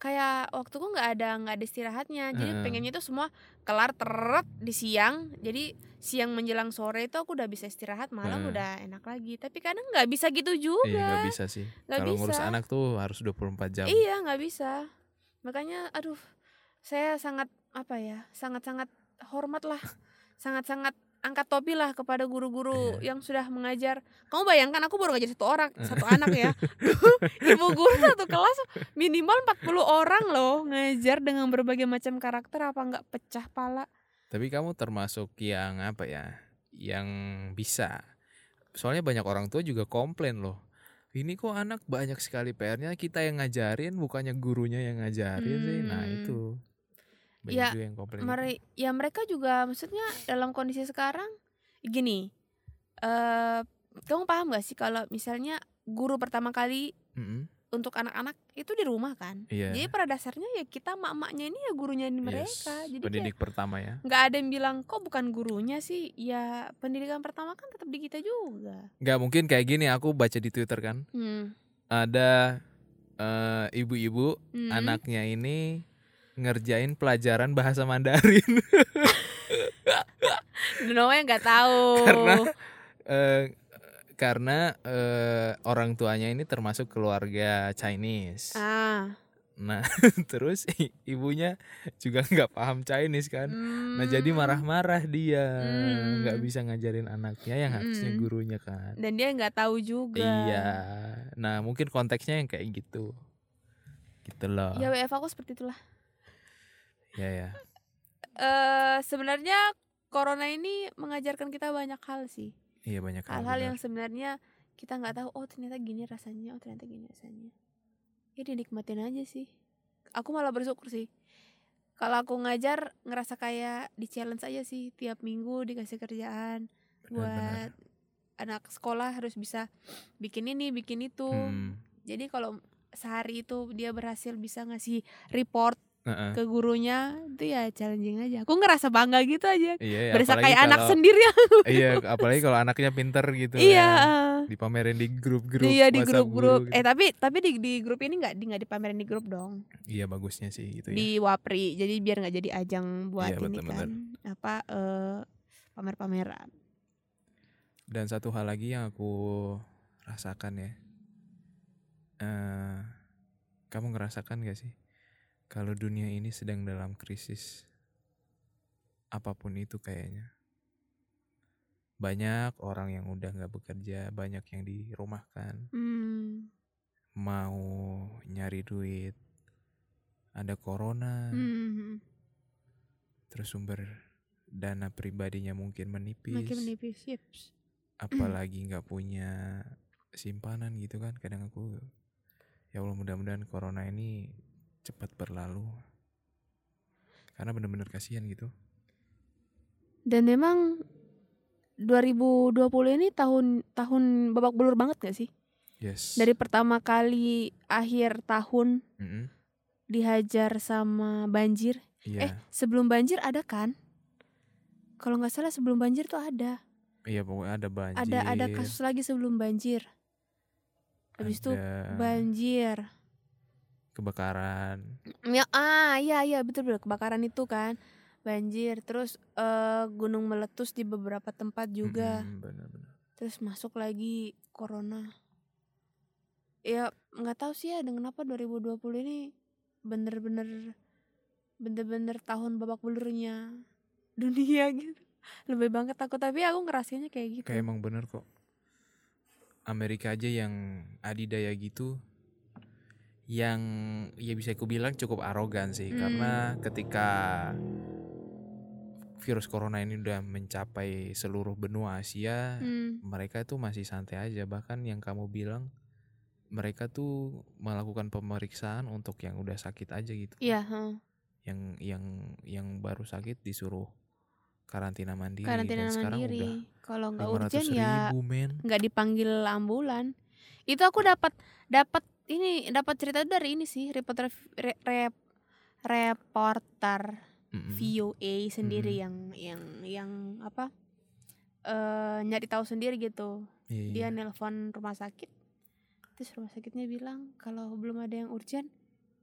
[SPEAKER 1] kayak waktuku nggak ada nggak ada istirahatnya. Jadi
[SPEAKER 2] Heeh.
[SPEAKER 1] pengennya itu semua kelar teret di siang. Jadi siang menjelang sore itu aku udah bisa istirahat, malam
[SPEAKER 2] Heeh.
[SPEAKER 1] udah enak lagi. Tapi kadang nggak bisa gitu
[SPEAKER 2] Iya nggak
[SPEAKER 1] juga,
[SPEAKER 2] bisa sih.
[SPEAKER 1] nggak
[SPEAKER 2] Kalau ngurus
[SPEAKER 1] bisa.
[SPEAKER 2] anak tuh harus dua puluh empat jam.
[SPEAKER 1] Iya nggak bisa. Makanya aduh, saya sangat apa ya, sangat-sangat hormat lah, sangat-sangat angkat topi lah kepada guru-guru
[SPEAKER 2] Iya.
[SPEAKER 1] yang sudah mengajar. Kamu bayangkan aku baru ngajar satu orang, satu anak ya. Dulu ibu guru satu kelas minimal empat puluh orang loh ngajar dengan berbagai macam karakter, apa nggak pecah pala.
[SPEAKER 2] Tapi kamu termasuk yang apa ya, yang bisa. Soalnya banyak orang tua juga komplain loh. Ini kok anak banyak sekali P R-nya, kita yang ngajarin bukannya gurunya yang ngajarin sih. Nah
[SPEAKER 1] Hmm.
[SPEAKER 2] itu banyak
[SPEAKER 1] Ya,
[SPEAKER 2] juga yang komplain gitu.
[SPEAKER 1] meri- ya mereka juga maksudnya dalam kondisi sekarang gini. eh kamu paham gak sih kalau misalnya guru pertama kali
[SPEAKER 2] Mm-mm.
[SPEAKER 1] untuk anak-anak itu di rumah kan?
[SPEAKER 2] Iya.
[SPEAKER 1] Jadi pada dasarnya ya kita mak-maknya ini ya gurunya ini mereka.
[SPEAKER 2] Yes,
[SPEAKER 1] Jadi kayak
[SPEAKER 2] pendidik pertama ya.
[SPEAKER 1] nggak ada yang bilang kok bukan gurunya sih. Ya pendidikan pertama kan tetap di kita juga.
[SPEAKER 2] Nggak mungkin kayak gini, aku baca di Twitter kan.
[SPEAKER 1] Hmm.
[SPEAKER 2] Ada eh, ibu-ibu
[SPEAKER 1] Hmm.
[SPEAKER 2] anaknya ini ngerjain pelajaran bahasa Mandarin.
[SPEAKER 1] Namanya nggak tahu.
[SPEAKER 2] Karena eh, karena eh, orang tuanya ini termasuk keluarga Chinese.
[SPEAKER 1] Ah.
[SPEAKER 2] Nah terus i- ibunya juga nggak paham Chinese kan.
[SPEAKER 1] Hmm.
[SPEAKER 2] Nah jadi marah-marah dia,
[SPEAKER 1] Hmm.
[SPEAKER 2] nggak bisa ngajarin anaknya yang harusnya
[SPEAKER 1] Hmm.
[SPEAKER 2] gurunya kan.
[SPEAKER 1] Dan dia nggak tahu juga.
[SPEAKER 2] Iya. Nah mungkin konteksnya yang kayak gitu, gitu loh.
[SPEAKER 1] Ya W F aku seperti itulah.
[SPEAKER 2] Ya ya.
[SPEAKER 1] Eh sebenarnya corona ini mengajarkan kita banyak hal sih.
[SPEAKER 2] Iya banyak hal.
[SPEAKER 1] Hal-hal
[SPEAKER 2] benar.
[SPEAKER 1] yang sebenarnya kita nggak tahu. Oh ternyata gini rasanya. Oh ternyata gini rasanya. Ya dinikmatin aja sih. Aku malah bersyukur sih. Kalau aku ngajar ngerasa kayak di challenge aja sih. Tiap minggu dikasih kerjaan buat
[SPEAKER 2] Benar-benar.
[SPEAKER 1] anak sekolah harus bisa bikin ini, bikin itu.
[SPEAKER 2] Hmm.
[SPEAKER 1] Jadi kalau sehari itu dia berhasil bisa ngasih report
[SPEAKER 2] Heeh.
[SPEAKER 1] ke gurunya, itu ya challenging aja. Aku ngerasa bangga gitu aja.
[SPEAKER 2] Iya,
[SPEAKER 1] Berasa
[SPEAKER 2] apalagi
[SPEAKER 1] kayak anak
[SPEAKER 2] kalau-
[SPEAKER 1] sendiri.
[SPEAKER 2] Iya, apalagi kalau anaknya pinter gitu.
[SPEAKER 1] Iya.
[SPEAKER 2] kan. Dipamerin di grup-grup.
[SPEAKER 1] Iya di
[SPEAKER 2] WhatsApp
[SPEAKER 1] grup-grup.
[SPEAKER 2] guru gitu.
[SPEAKER 1] Eh tapi tapi di di grup ini nggak di nggak dipamerin di grup dong.
[SPEAKER 2] Iya bagusnya sih gitu ya.
[SPEAKER 1] Di Wapri. Jadi biar nggak jadi ajang buat
[SPEAKER 2] Iya,
[SPEAKER 1] ini
[SPEAKER 2] betul-betul.
[SPEAKER 1] kan. Apa eh, pamer-pameran.
[SPEAKER 2] Dan satu hal lagi yang aku rasakan ya, eh, kamu ngerasakan gak sih kalau dunia ini sedang dalam krisis apapun itu kayaknya. Banyak orang yang udah gak bekerja, banyak yang dirumahkan,
[SPEAKER 1] Hmm.
[SPEAKER 2] mau nyari duit, ada corona,
[SPEAKER 1] Hmm.
[SPEAKER 2] terus sumber dana pribadinya mungkin menipis,
[SPEAKER 1] Makin menipis. Yips.
[SPEAKER 2] apalagi gak punya simpanan gitu kan. Kadang aku, ya Allah mudah-mudahan corona ini cepat berlalu, karena benar-benar kasihan gitu.
[SPEAKER 1] Dan memang dua ribu dua puluh ini tahun tahun babak belur banget gak sih?
[SPEAKER 2] Yes.
[SPEAKER 1] Dari pertama kali akhir tahun
[SPEAKER 2] Mm-mm.
[SPEAKER 1] dihajar sama banjir.
[SPEAKER 2] Iya.
[SPEAKER 1] Eh sebelum banjir ada kan? Kalau nggak salah sebelum banjir tuh ada.
[SPEAKER 2] Iya pokoknya ada banjir.
[SPEAKER 1] Ada ada kasus lagi sebelum banjir. Habis itu
[SPEAKER 2] ada
[SPEAKER 1] banjir.
[SPEAKER 2] kebakaran.
[SPEAKER 1] Ya, ah iya iya betul betul kebakaran itu kan. Banjir terus eh, gunung meletus di beberapa tempat juga.
[SPEAKER 2] Mm-mm, benar-benar.
[SPEAKER 1] Terus masuk lagi corona. Ya nggak tahu sih ya dengan apa dua ribu dua puluh ini bener-bener bener-bener tahun babak belurnya dunia gitu. Lebih banget aku, tapi aku ngerasainnya kayak gitu.
[SPEAKER 2] Kayak emang bener kok. Amerika aja yang adidaya gitu, yang ya bisa aku bilang cukup arogan sih.
[SPEAKER 1] Hmm.
[SPEAKER 2] Karena ketika virus corona ini udah mencapai seluruh benua Asia,
[SPEAKER 1] Hmm.
[SPEAKER 2] mereka tuh masih santai aja. Bahkan yang kamu bilang, mereka tuh melakukan pemeriksaan untuk yang udah sakit aja gitu.
[SPEAKER 1] Iya, heeh.
[SPEAKER 2] Yang yang yang baru sakit disuruh karantina mandiri.
[SPEAKER 1] Karantina
[SPEAKER 2] Dan sekarang udah
[SPEAKER 1] mandiri. Kalau nggak
[SPEAKER 2] lima ratus
[SPEAKER 1] urgent ya
[SPEAKER 2] ribu men.
[SPEAKER 1] nggak dipanggil ambulan. Itu aku dapat dapat ini dapat cerita dari ini sih reporter re, rep, reporter
[SPEAKER 2] Mm-mm.
[SPEAKER 1] V O A sendiri
[SPEAKER 2] Mm-mm.
[SPEAKER 1] yang yang yang apa eh nyari tahu sendiri gitu.
[SPEAKER 2] Iya,
[SPEAKER 1] Dia
[SPEAKER 2] iya.
[SPEAKER 1] nelpon rumah sakit, terus rumah sakitnya bilang kalau belum ada yang urgent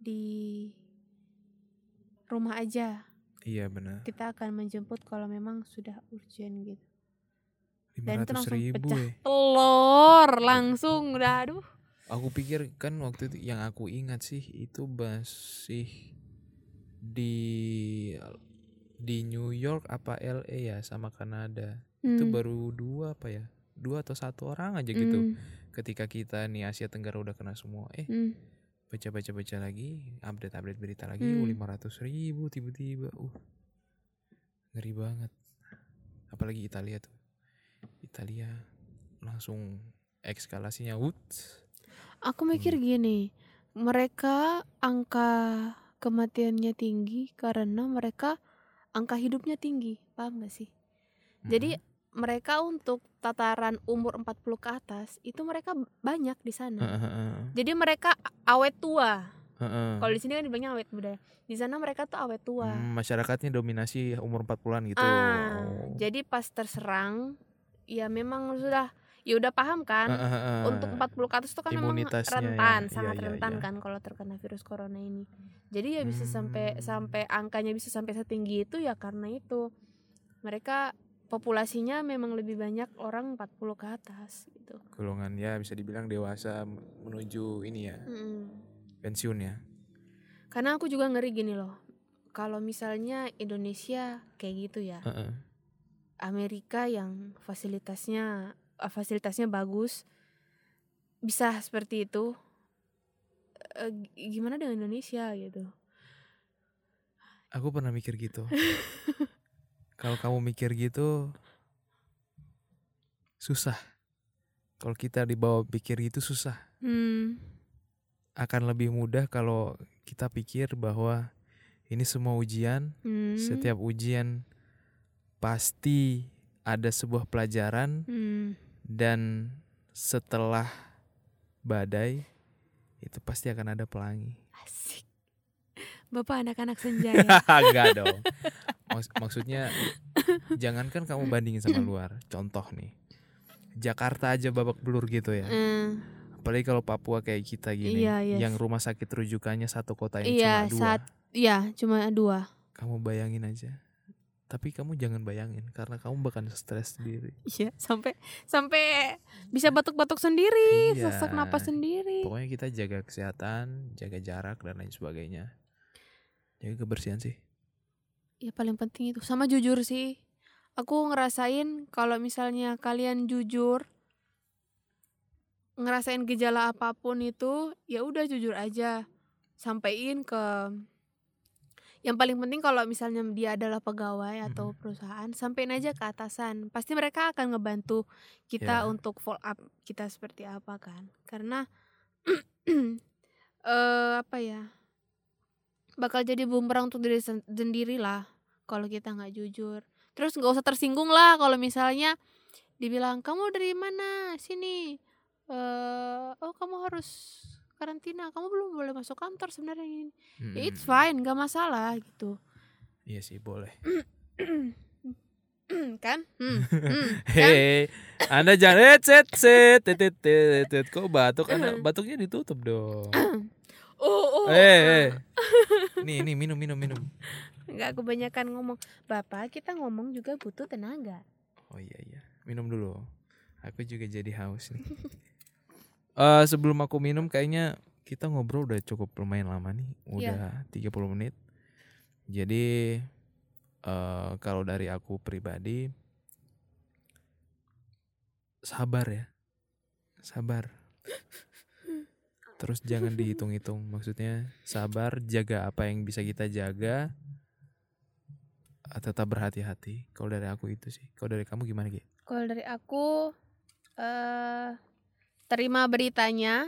[SPEAKER 1] di rumah aja.
[SPEAKER 2] Iya benar.
[SPEAKER 1] Kita akan menjemput kalau memang sudah urgent gitu. Dan
[SPEAKER 2] lima
[SPEAKER 1] itu
[SPEAKER 2] ratus
[SPEAKER 1] langsung
[SPEAKER 2] ribu
[SPEAKER 1] pecah
[SPEAKER 2] ya.
[SPEAKER 1] telur langsung udah aduh.
[SPEAKER 2] Aku pikir kan waktu itu yang aku ingat sih itu masih di di New York apa L A ya sama Kanada. Itu
[SPEAKER 1] Hmm.
[SPEAKER 2] baru dua apa ya? Dua atau satu orang aja gitu.
[SPEAKER 1] Hmm.
[SPEAKER 2] Ketika kita nih Asia Tenggara udah kena semua. Eh
[SPEAKER 1] Hmm.
[SPEAKER 2] baca-baca-baca lagi, update-update berita lagi,
[SPEAKER 1] Hmm.
[SPEAKER 2] oh lima ratus ribu tiba-tiba. Uh, ngeri banget. Apalagi Italia tuh. Italia langsung ekskalasinya. Wut.
[SPEAKER 1] Aku mikir gini, mereka angka kematiannya tinggi karena mereka angka hidupnya tinggi, paham gak sih? Jadi
[SPEAKER 2] Mm-mm.
[SPEAKER 1] mereka untuk tataran umur empat puluh ke atas itu mereka banyak di sana.
[SPEAKER 2] Heeh.
[SPEAKER 1] Jadi mereka awet tua.
[SPEAKER 2] Heeh.
[SPEAKER 1] Kalau di sini kan dibilangnya awet muda. Di sana mereka tuh awet tua.
[SPEAKER 2] Hmm, masyarakatnya dominasi umur empat puluhan gitu.
[SPEAKER 1] Ah,
[SPEAKER 2] Oh.
[SPEAKER 1] jadi pas terserang ya memang sudah ya udah paham kan.
[SPEAKER 2] Heeh, heeh.
[SPEAKER 1] Untuk empat puluh ke atas itu kan memang
[SPEAKER 2] Imunitasnya
[SPEAKER 1] rentan,
[SPEAKER 2] ya.
[SPEAKER 1] sangat
[SPEAKER 2] Iya, iya,
[SPEAKER 1] rentan
[SPEAKER 2] iya.
[SPEAKER 1] kan kalau terkena virus corona ini. Jadi ya bisa sampai
[SPEAKER 2] Hmm.
[SPEAKER 1] sampai angkanya bisa sampai setinggi itu ya karena itu. Mereka populasinya memang lebih banyak orang empat puluh ke atas gitu.
[SPEAKER 2] Golongan ya bisa dibilang dewasa menuju ini ya.
[SPEAKER 1] Mm-mm.
[SPEAKER 2] Pensiun ya.
[SPEAKER 1] Karena aku juga ngeri gini loh. Kalau misalnya Indonesia kayak gitu ya.
[SPEAKER 2] Heeh.
[SPEAKER 1] Amerika yang fasilitasnya fasilitasnya bagus bisa seperti itu. E, gimana dengan Indonesia gitu?
[SPEAKER 2] Aku pernah mikir gitu. Kalau kamu mikir gitu susah. Kalau kita dibawa pikir gitu susah.
[SPEAKER 1] Hmm.
[SPEAKER 2] Akan lebih mudah kalau kita pikir bahwa ini semua ujian.
[SPEAKER 1] Hmm.
[SPEAKER 2] Setiap ujian pasti ada sebuah pelajaran.
[SPEAKER 1] Hmm.
[SPEAKER 2] Dan setelah badai itu pasti akan ada pelangi.
[SPEAKER 1] Asik. Bapak anak-anak senja ya?
[SPEAKER 2] Enggak dong. Maks- maksudnya jangankan kamu bandingin sama luar. Contoh nih, Jakarta aja babak belur gitu ya.
[SPEAKER 1] Mm.
[SPEAKER 2] Apalagi kalau Papua kayak kita gini,
[SPEAKER 1] Iya, yes.
[SPEAKER 2] yang rumah sakit rujukannya satu kota ini
[SPEAKER 1] Iya,
[SPEAKER 2] cuma dua.
[SPEAKER 1] saat, iya, cuma dua.
[SPEAKER 2] Kamu bayangin aja. Tapi kamu jangan bayangin karena kamu bakal stres sendiri.
[SPEAKER 1] Iya, sampai sampai bisa batuk-batuk sendiri,
[SPEAKER 2] Iya.
[SPEAKER 1] sesak napas sendiri.
[SPEAKER 2] Pokoknya kita jaga kesehatan, jaga jarak dan lain sebagainya. Jaga kebersihan sih.
[SPEAKER 1] Ya paling penting itu, sama jujur sih. Aku ngerasain kalau misalnya kalian jujur, ngerasain gejala apapun itu, ya udah jujur aja. Sampaiin ke, yang paling penting kalau misalnya dia adalah pegawai atau perusahaan, sampaiin aja ke atasan. Pasti mereka akan ngebantu kita
[SPEAKER 2] Ya.
[SPEAKER 1] untuk follow up kita seperti apa kan. Karena uh, apa ya, bakal jadi bumerang untuk diri sen- sendiri lah kalau kita nggak jujur. Terus nggak usah tersinggung lah kalau misalnya dibilang kamu dari mana sini, uh, oh kamu harus karantina, kamu belum boleh masuk kantor sebenarnya ini.
[SPEAKER 2] Hmm.
[SPEAKER 1] Ya it's fine, nggak masalah gitu.
[SPEAKER 2] Iya sih boleh.
[SPEAKER 1] Kan? Hmm, hmm, kan?
[SPEAKER 2] Hei, Anda jangan et set set tet tet tet tet. Kok batuk? Anda batuknya ditutup dong.
[SPEAKER 1] Oh, oh.
[SPEAKER 2] Eh, eh. Nih, nih minum minum minum.
[SPEAKER 1] Nggak kebanyakan ngomong. Bapak, kita ngomong juga butuh tenaga.
[SPEAKER 2] Oh iya iya. Minum dulu. Aku juga jadi haus nih. uh, sebelum aku minum kayaknya kita ngobrol udah cukup lumayan lama nih. Udah tiga puluh menit. Jadi uh, kalau dari aku pribadi sabar ya. Sabar. Terus jangan dihitung-hitung. Maksudnya sabar, jaga apa yang bisa kita jaga. Tetap berhati-hati. Kalau dari aku itu sih. Kalau dari kamu gimana, Gi?
[SPEAKER 1] Kalau dari aku uh, terima beritanya,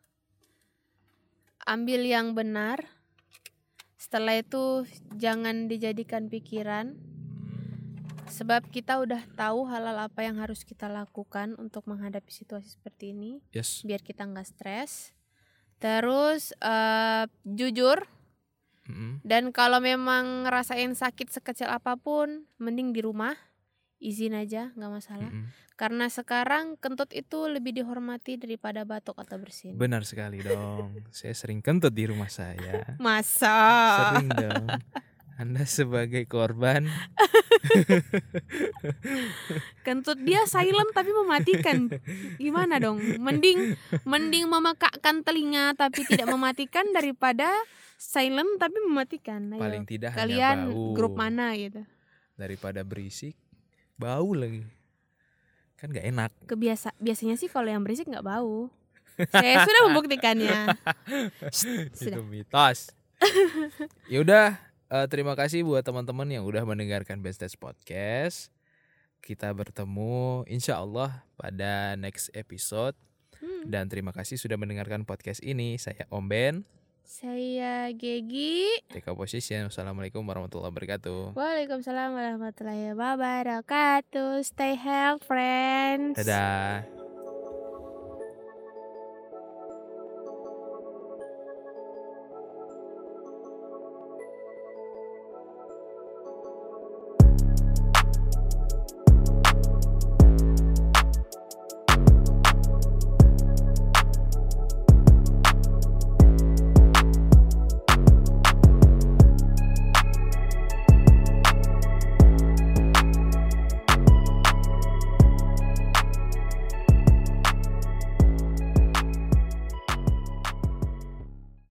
[SPEAKER 1] ambil yang benar. Setelah itu jangan dijadikan pikiran. Sebab kita udah tahu hal-hal apa yang harus kita lakukan untuk menghadapi situasi seperti ini.
[SPEAKER 2] Yes.
[SPEAKER 1] Biar kita gak stres. Terus uh, jujur.
[SPEAKER 2] Mm-hmm.
[SPEAKER 1] Dan kalau memang ngerasain sakit sekecil apapun, mending di rumah. izin aja, nggak masalah.
[SPEAKER 2] Mm-mm.
[SPEAKER 1] Karena sekarang kentut itu lebih dihormati daripada batuk atau bersin.
[SPEAKER 2] Benar sekali dong. Saya sering kentut di rumah saya.
[SPEAKER 1] Masa?
[SPEAKER 2] Sering dong. Anda sebagai korban.
[SPEAKER 1] Kentut dia silent tapi mematikan. Gimana dong? Mending mending memekakkan telinga tapi tidak mematikan daripada silent tapi mematikan. Ayo,
[SPEAKER 2] Paling tidak
[SPEAKER 1] kalian
[SPEAKER 2] hanya bau.
[SPEAKER 1] grup mana gitu?
[SPEAKER 2] Daripada berisik, bau lagi. Kan gak enak.
[SPEAKER 1] Kebiasa biasanya sih kalau yang berisik nggak bau. Saya sudah membuktikannya.
[SPEAKER 2] Itu mitos. Ya udah, uh, terima kasih buat teman-teman yang udah mendengarkan Best Test Podcast. Kita bertemu insya Allah pada next episode.
[SPEAKER 1] Hmm.
[SPEAKER 2] Dan terima kasih sudah mendengarkan podcast ini. Saya Om Ben.
[SPEAKER 1] Saya Gegi.
[SPEAKER 2] Take a position. Wassalamualaikum warahmatullahi wabarakatuh.
[SPEAKER 1] Waalaikumsalam warahmatullahi wabarakatuh. Stay healthy, friends.
[SPEAKER 2] Dadah.